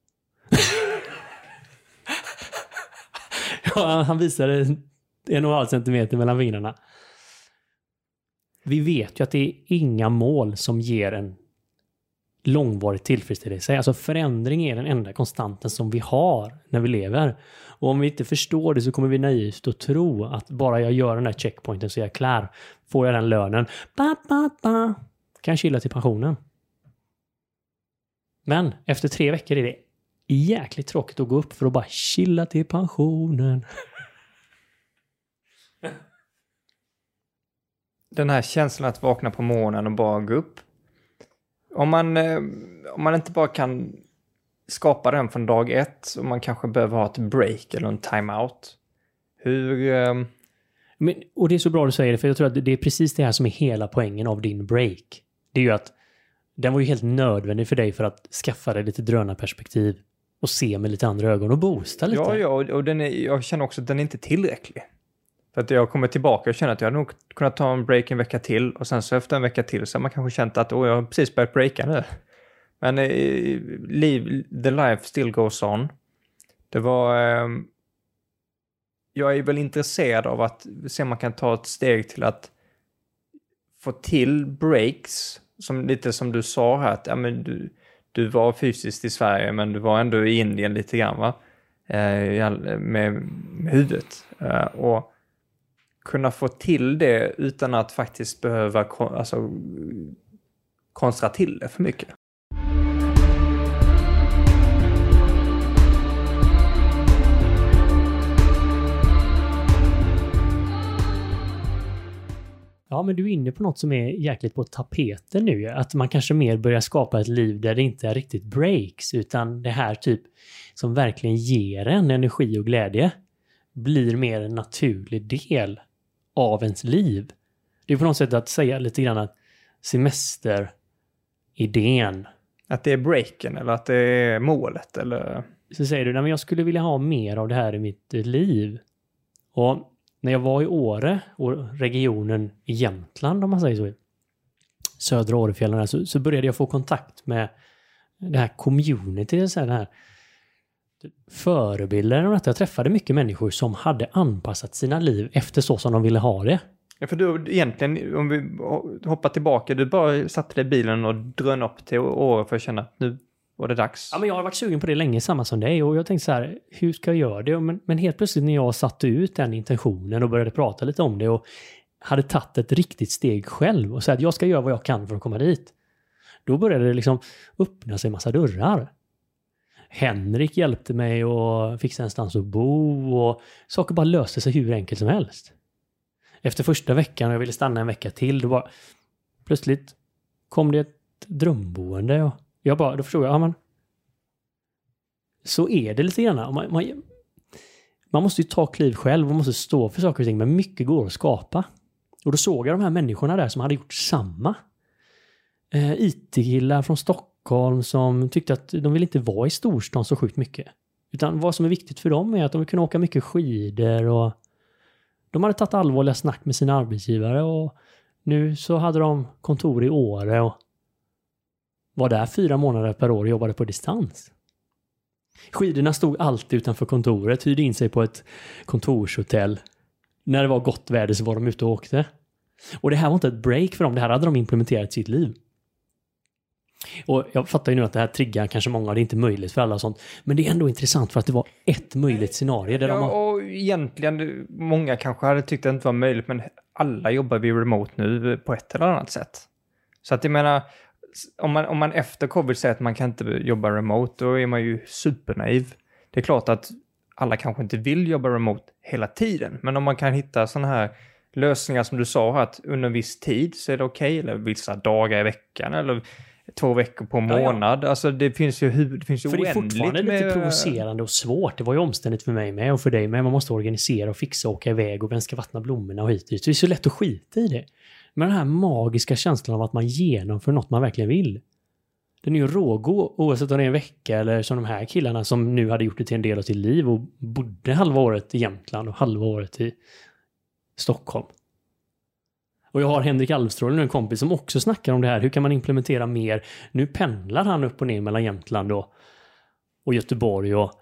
Ja, han visade en och en halv centimeter mellan fingrarna. Vi vet ju att det är inga mål som ger en långvarig tillfredsställelse. Alltså förändring är den enda konstanten som vi har när vi lever. Och om vi inte förstår det så kommer vi naivt att tro att bara jag gör den här checkpointen så är jag klar. Får jag den lönen, ba, ba, ba, kan jag chilla till pensionen. Men efter tre veckor är det jäkligt tråkigt att gå upp för att bara chilla till pensionen. den här känslan att vakna på morgonen och bara gå upp. Om man, eh, om man inte bara kan skapa den från dag ett och man kanske behöver ha ett break eller en timeout. Hur... Eh... Men, och det är så bra du säger det, för jag tror att det är precis det här som är hela poängen av din break. Det är ju att den var ju helt nödvändig för dig för att skaffa dig lite drönarperspektiv och se med lite andra ögon och boosta lite. Ja, ja, och den är, jag känner också att den är inte tillräcklig. För att jag kommer tillbaka och känner att jag hade nog kunnat ta en break en vecka till och sen så efter en vecka till så har man kanske känt att åh, jag har precis börjat breaka nu. Men eh, liv, the life still goes on. Det var... Eh, jag är väl intresserad av att se om man kan ta ett steg till att få till breaks. Som, lite som du sa här, att ja, men du, du var fysiskt i Sverige men du var ändå i Indien lite grann, va? Eh, med, med huvudet. Eh, och kunna få till det utan att faktiskt behöva alltså, konstra till det för mycket. Ja, men du är inne på något som är jäkligt på tapeten nu. Att man kanske mer börjar skapa ett liv där det inte är riktigt breaks, utan det här typ som verkligen ger en energi och glädje blir mer en naturlig del av ens liv. Det är på något sätt att säga lite grann att semesteridén. Att det är breaken eller att det är målet eller... Så säger du, nej men jag skulle vilja ha mer av det här i mitt liv. Och när jag var i Åre och regionen i Jämtland, om man säger så, södra Årefjällen, så, så började jag få kontakt med det här community, så här, det här förebilder och detta. Jag träffade mycket människor som hade anpassat sina liv efter så som de ville ha det. Ja, för du egentligen, om vi hoppar tillbaka, du bara satte dig i bilen och drön upp till Åre för att känna att nu var det dags. Ja, men jag har varit sugen på det länge, samma som dig, och jag tänkte så här, hur ska jag göra det? Men, men helt plötsligt när jag satte ut den intentionen och började prata lite om det och hade tagit ett riktigt steg själv och sagt att jag ska göra vad jag kan för att komma dit. Då började det liksom öppna sig en massa dörrar. Henrik hjälpte mig att fixa en stans att bo och saker bara löste sig hur enkelt som helst. Efter första veckan och jag ville stanna en vecka till, då bara plötsligt kom det ett drömboende och jag bara, då förstod jag, ja men så är det lite grann. Man, man, man måste ju ta kliv själv och måste stå för saker och ting, men mycket går att skapa. Och då såg jag de här människorna där som hade gjort samma. Eh, I T-killar från Stockholm som tyckte att de vill inte vara i storstan så sjukt mycket. Utan vad som är viktigt för dem är att de vill kunna åka mycket skidor och de hade tagit allvarliga snack med sina arbetsgivare och nu så hade de kontor i Åre och var där fyra månader per år och jobbade på distans. Skidorna stod alltid utanför kontoret, hyrde in sig på ett kontorshotell. När det var gott väder så var de ute och åkte. Och det här var inte ett break för dem, det här hade de implementerat i sitt liv. Och jag fattar ju nu att det här triggar kanske många, det är inte möjligt för alla och sånt. Men det är ändå intressant för att det var ett möjligt scenario. Där ja, de har... och egentligen, många kanske hade tyckt att det inte var möjligt, men alla jobbar vi remote nu på ett eller annat sätt. Så att jag menar, om man, om man efter covid säger att man kan inte jobba remote, då är man ju supernaiv. Det är klart att alla kanske inte vill jobba remote hela tiden, men om man kan hitta sådana här lösningar som du sa, att under en viss tid så är det okej, okay, eller vissa dagar i veckan, eller två veckor på månad. Ja, ja. Alltså det finns ju, det finns ju för oändligt. För det är fortfarande med... lite provocerande och svårt. Det var ju omständigt för mig med och för dig med. Man måste organisera och fixa och åka iväg och vem ska vattna blommorna och hit och dit. Det är så lätt att skita i det. Men den här magiska känslan av att man genomför något man verkligen vill. Den är ju rågå oavsett om det är en vecka eller som de här killarna som nu hade gjort det till en del av sitt liv och bodde halva året i Jämtland och halva året i Stockholm. Och jag har Henrik Alvstrålen, en kompis som också snackar om det här. Hur kan man implementera mer? Nu pendlar han upp och ner mellan Jämtland och, och Göteborg. Och,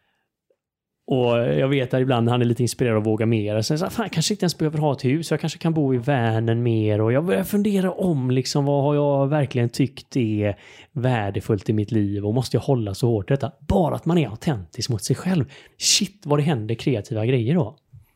och jag vet att ibland han är lite inspirerad att våga mer. Sen så fan, jag kanske inte ens behöver ha ett hus. Jag kanske kan bo i Vänern mer. Och jag börjar fundera om liksom, vad har jag verkligen tyckt är värdefullt i mitt liv. Och måste jag hålla så hårt detta? Bara att man är autentisk mot sig själv. Shit, vad det händer kreativa grejer då.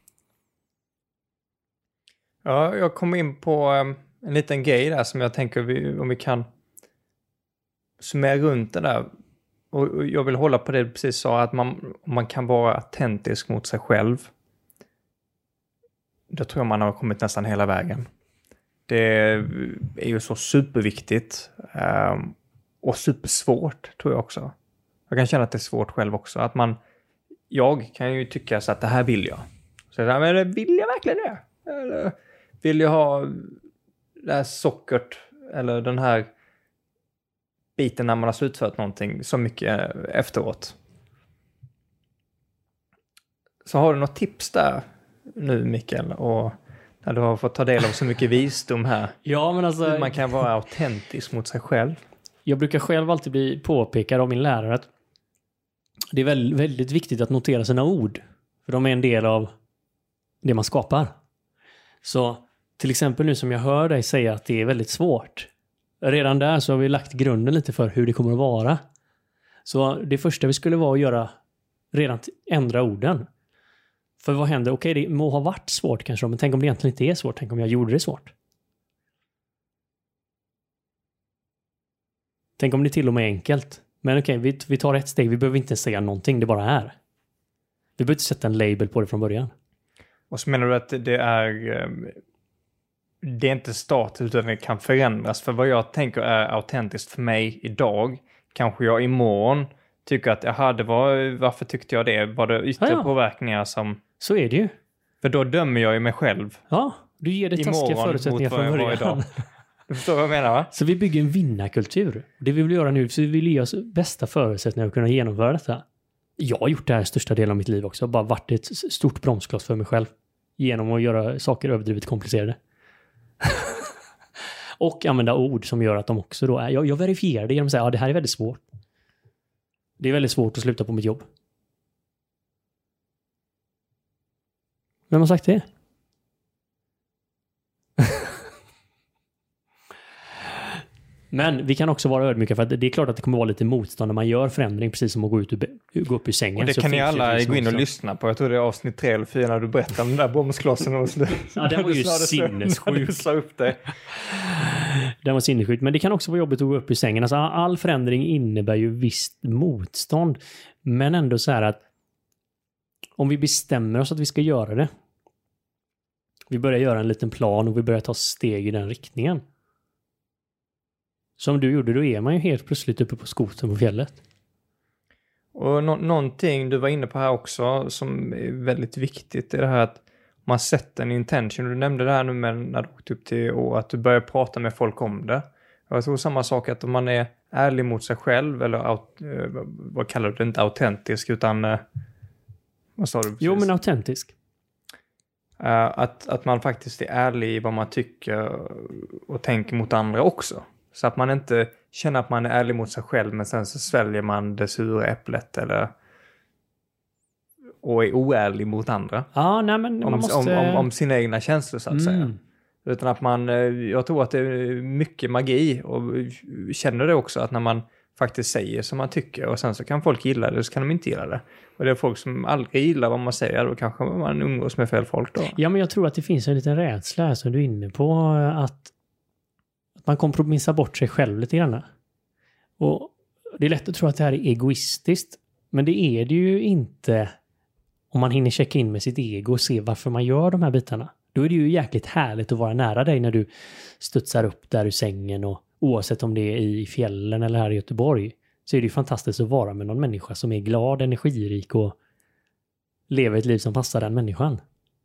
Ja, jag kom in på um, en liten grej där som jag tänker vi, om vi kan summera runt det där. Och, och jag vill hålla på det du precis sa, att man, man kan vara autentisk mot sig själv. Då tror jag man har kommit nästan hela vägen. Det är ju så superviktigt. Um, och supersvårt, tror jag också. Jag kan känna att det är svårt själv också. Att man, jag kan ju tycka så att det här vill jag. Så där, men vill jag verkligen det? Eller vill jag ha det här sockert eller den här biten när man har slutfört någonting så mycket efteråt? Så har du något tips där nu, Mikael? Och när du har fått ta del av så mycket visdom här. Ja, men alltså... Hur man kan vara autentisk mot sig själv. Jag brukar själv alltid bli påpekad av min lärare att det är väldigt, väldigt viktigt att notera sina ord. För de är en del av det man skapar. Så till exempel nu som jag hör dig säga att det är väldigt svårt. Redan där så har vi lagt grunden lite för hur det kommer att vara. Så det första vi skulle vara att göra redan ändra orden. För vad händer? Okej, det må ha varit svårt kanske, men tänk om det egentligen inte är svårt. Tänk om jag gjorde det svårt. Tänk om det till och med är enkelt. Men okej, vi, vi tar ett steg. Vi behöver inte säga någonting, det bara är. Vi behöver inte sätta en label på det från början. Och så menar du att det är det är inte statiskt utan det kan förändras. För vad jag tänker är autentiskt för mig idag, kanske jag imorgon tycker att jaha, det var, varför tyckte jag det? Var det yttre ja, ja. påverkningar som... Så är det ju. För då dömer jag ju mig själv. Ja, du ger det taskiga förutsättningar från början. Du förstår vad jag menar, va? Så vi bygger en vinnarkultur. Det vi vill göra nu, så vi vill ge oss bästa förutsättningar att kunna genomföra detta. Jag har gjort det här största delen av mitt liv också. Bara varit ett stort bromskloss för mig själv. Genom att göra saker överdrivet komplicerade. Och använda ord som gör att de också då är... Jag, jag verifierar det genom att säga, ja, det här är väldigt svårt. Det är väldigt svårt att sluta på mitt jobb. Vem har sagt det? Men vi kan också vara ödmjuka för att det är klart att det kommer vara lite motstånd när man gör förändring, precis som att gå ut och be- gå upp ur sängen. Och det så kan ni alla liksom gå in och också lyssna på. Jag tror det är avsnitt tre eller fyra när du berättar om den där bromsklossen. Och så, ja, den var ju sinnessjuk. upp det. Den var sinnessjuk. Men det kan också vara jobbigt att gå upp ur sängen. Alltså, all förändring innebär ju visst motstånd. Men ändå så här att om vi bestämmer oss att vi ska göra det. Vi börjar göra en liten plan och vi börjar ta steg i den riktningen. Som du gjorde, då är man ju helt plötsligt uppe på skoten på fjället. Och no- någonting du var inne på här också som är väldigt viktigt är det här att man sätter en intention. Du nämnde det här nu med när du åkte upp till och att du börjar prata med folk om det. Jag tror samma sak att om man är ärlig mot sig själv eller aut- vad kallar du det? Inte autentisk utan vad sa du precis? Jo, men autentisk. Uh, att, att man faktiskt är ärlig i vad man tycker och tänker mot andra också. Så att man inte känner att man är ärlig mot sig själv men sen så sväljer man det sura äpplet eller och är oärlig mot andra. Ja, nej men man om, måste... om, om, om sina egna känslor så att mm. säga. Utan att man, jag tror att det är mycket magi och känner det också att när man faktiskt säger som man tycker och sen så kan folk gilla det så kan de inte gilla det. Och det är folk som aldrig gillar vad man säger, då kanske man umgås med fel folk då. Ja, men jag tror att det finns en liten rädsla här som du är inne på att man kompromissar bort sig själv lite grann. Och det är lätt att tro att det här är egoistiskt. Men det är det ju inte om man hinner checka in med sitt ego och se varför man gör de här bitarna. Då är det ju jäkligt härligt att vara nära dig när du studsar upp där ur sängen. Och oavsett om det är i fjällen eller här i Göteborg så är det ju fantastiskt att vara med någon människa som är glad, energirik och lever ett liv som passar den människan.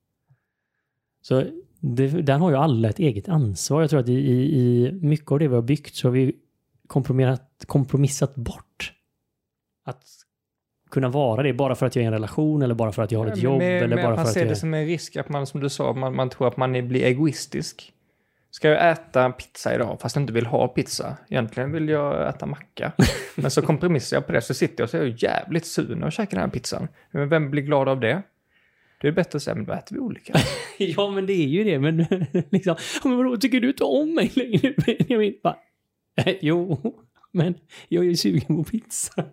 Så det, där har ju alla ett eget ansvar. Jag tror att i, i, i mycket av det vi har byggt så har vi kompromissat, kompromissat bort att kunna vara det bara för att jag är i en relation eller bara för att jag har ett ja, jobb. Med, eller med bara att man för ser att jag... det som en risk att man, som du sa, man, man tror att man blir egoistisk. Ska jag äta pizza idag fast jag inte vill ha pizza? Egentligen vill jag äta macka. Men så kompromissar jag på det så sitter jag och så är jag jävligt sur när jag käkar den här pizzan. Men vem blir glad av det? Det är bättre att säga, men då äter vi olika. Ja, men det är ju det. Men liksom, men vadå, tycker du inte om mig längre? Jag vet bara, jo, men jag är ju sugen på pizza.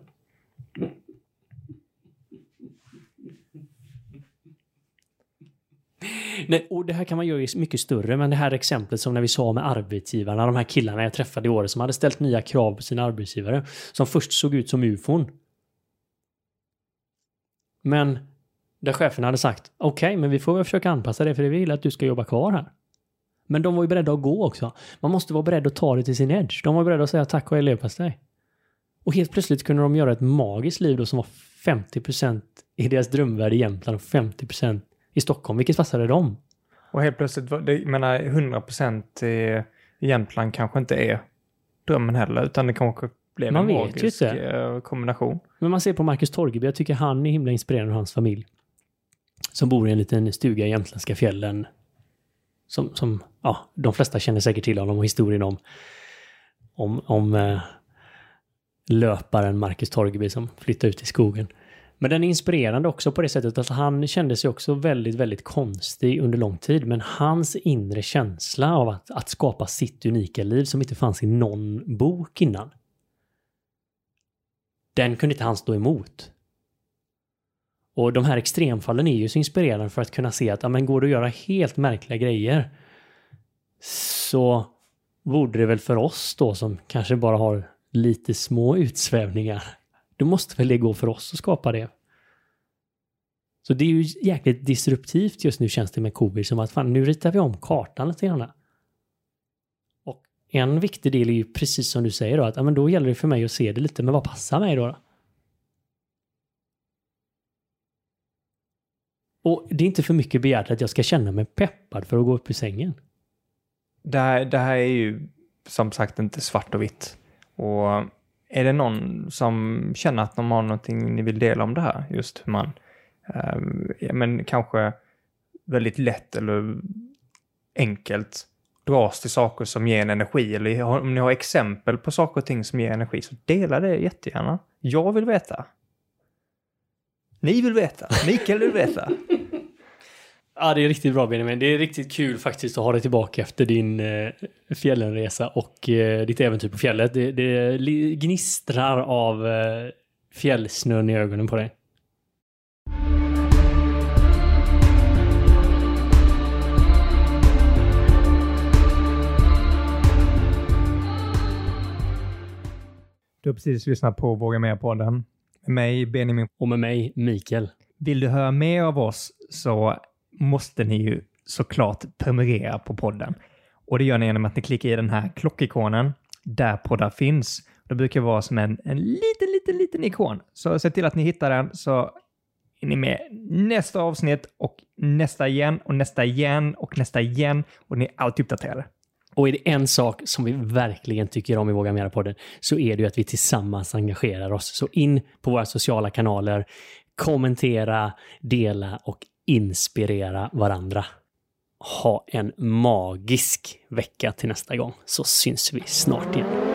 Nej, och det här kan man göra mycket större, men det här exemplet som när vi sa med arbetsgivarna, de här killarna jag träffade i år som hade ställt nya krav på sina arbetsgivare, som först såg ut som ufon. Men där chefen hade sagt, okej, okay, men vi får väl försöka anpassa det för vi vill att du ska jobba kvar här. Men de var ju beredda att gå också. Man måste vara beredd att ta det till sin edge. De var beredda att säga tack och hej leverpastej. Och helt plötsligt kunde de göra ett magiskt liv då som var femtio procent i deras drömvärld i Jämtland och femtio procent i Stockholm. Vilket passade dem? Och helt plötsligt, var det, jag menar hundra procent i Jämtland kanske inte är drömmen heller, utan det kanske blev en magisk kombination. Men man ser på Marcus Torgeby, jag tycker han är himla inspirerande och hans familj. Som bor i en liten stuga i jämtländska fjällen. Som, som ja, de flesta känner säkert till honom och historien om om, om eh, löparen Marcus Torgeby som flyttar ut i skogen. Men den är inspirerande också på det sättet att han kände sig också väldigt, väldigt konstig under lång tid. Men hans inre känsla av att, att skapa sitt unika liv som inte fanns i någon bok innan. Den kunde inte han stå emot. Och de här extremfallen är ju så inspirerande för att kunna se att ja, men går det att göra helt märkliga grejer så borde det väl för oss då som kanske bara har lite små utsvävningar. Då måste väl det gå för oss att skapa det. Så det är ju jäkligt disruptivt just nu känns det med covid som att fan, nu ritar vi om kartan lite grann. Och en viktig del är ju precis som du säger då att ja, men då gäller det för mig att se det lite, men vad passar mig då? då? Och det är inte för mycket begärt att jag ska känna mig peppad för att gå upp ur sängen. Det här, det här är ju som sagt inte svart och vitt. Och är det någon som känner att de har någonting ni vill dela om det här? Just hur man eh, ja, men kanske väldigt lätt eller enkelt dras till saker som ger en energi. Eller om ni har exempel på saker och ting som ger energi så dela det jättegärna. Jag vill veta. Ni vill veta. Mikael vill veta. Ja, det är riktigt bra Benjamin. Det är riktigt kul faktiskt att ha dig tillbaka efter din eh, fjällenresa och eh, ditt äventyr på fjället. Det, det gnistrar av eh, fjällsnön i ögonen på dig. Du har precis lyssnat på Våga Mer-podden. Med mig, Benjamin. Och med mig, Mikael. Vill du höra mer av oss så måste ni ju såklart prenumerera på podden. Och det gör ni genom att ni klickar i den här klockikonen där poddar finns. Det brukar vara som en, en liten, liten, liten ikon. Så se till att ni hittar den så är ni med nästa avsnitt och nästa igen och nästa igen och nästa igen och ni är alltid uppdaterade. Och är det en sak som vi verkligen tycker om i Våga Mera-podden så är det ju att vi tillsammans engagerar oss. Så in på våra sociala kanaler, kommentera, dela och inspirera varandra. Ha en magisk vecka till nästa gång så syns vi snart igen.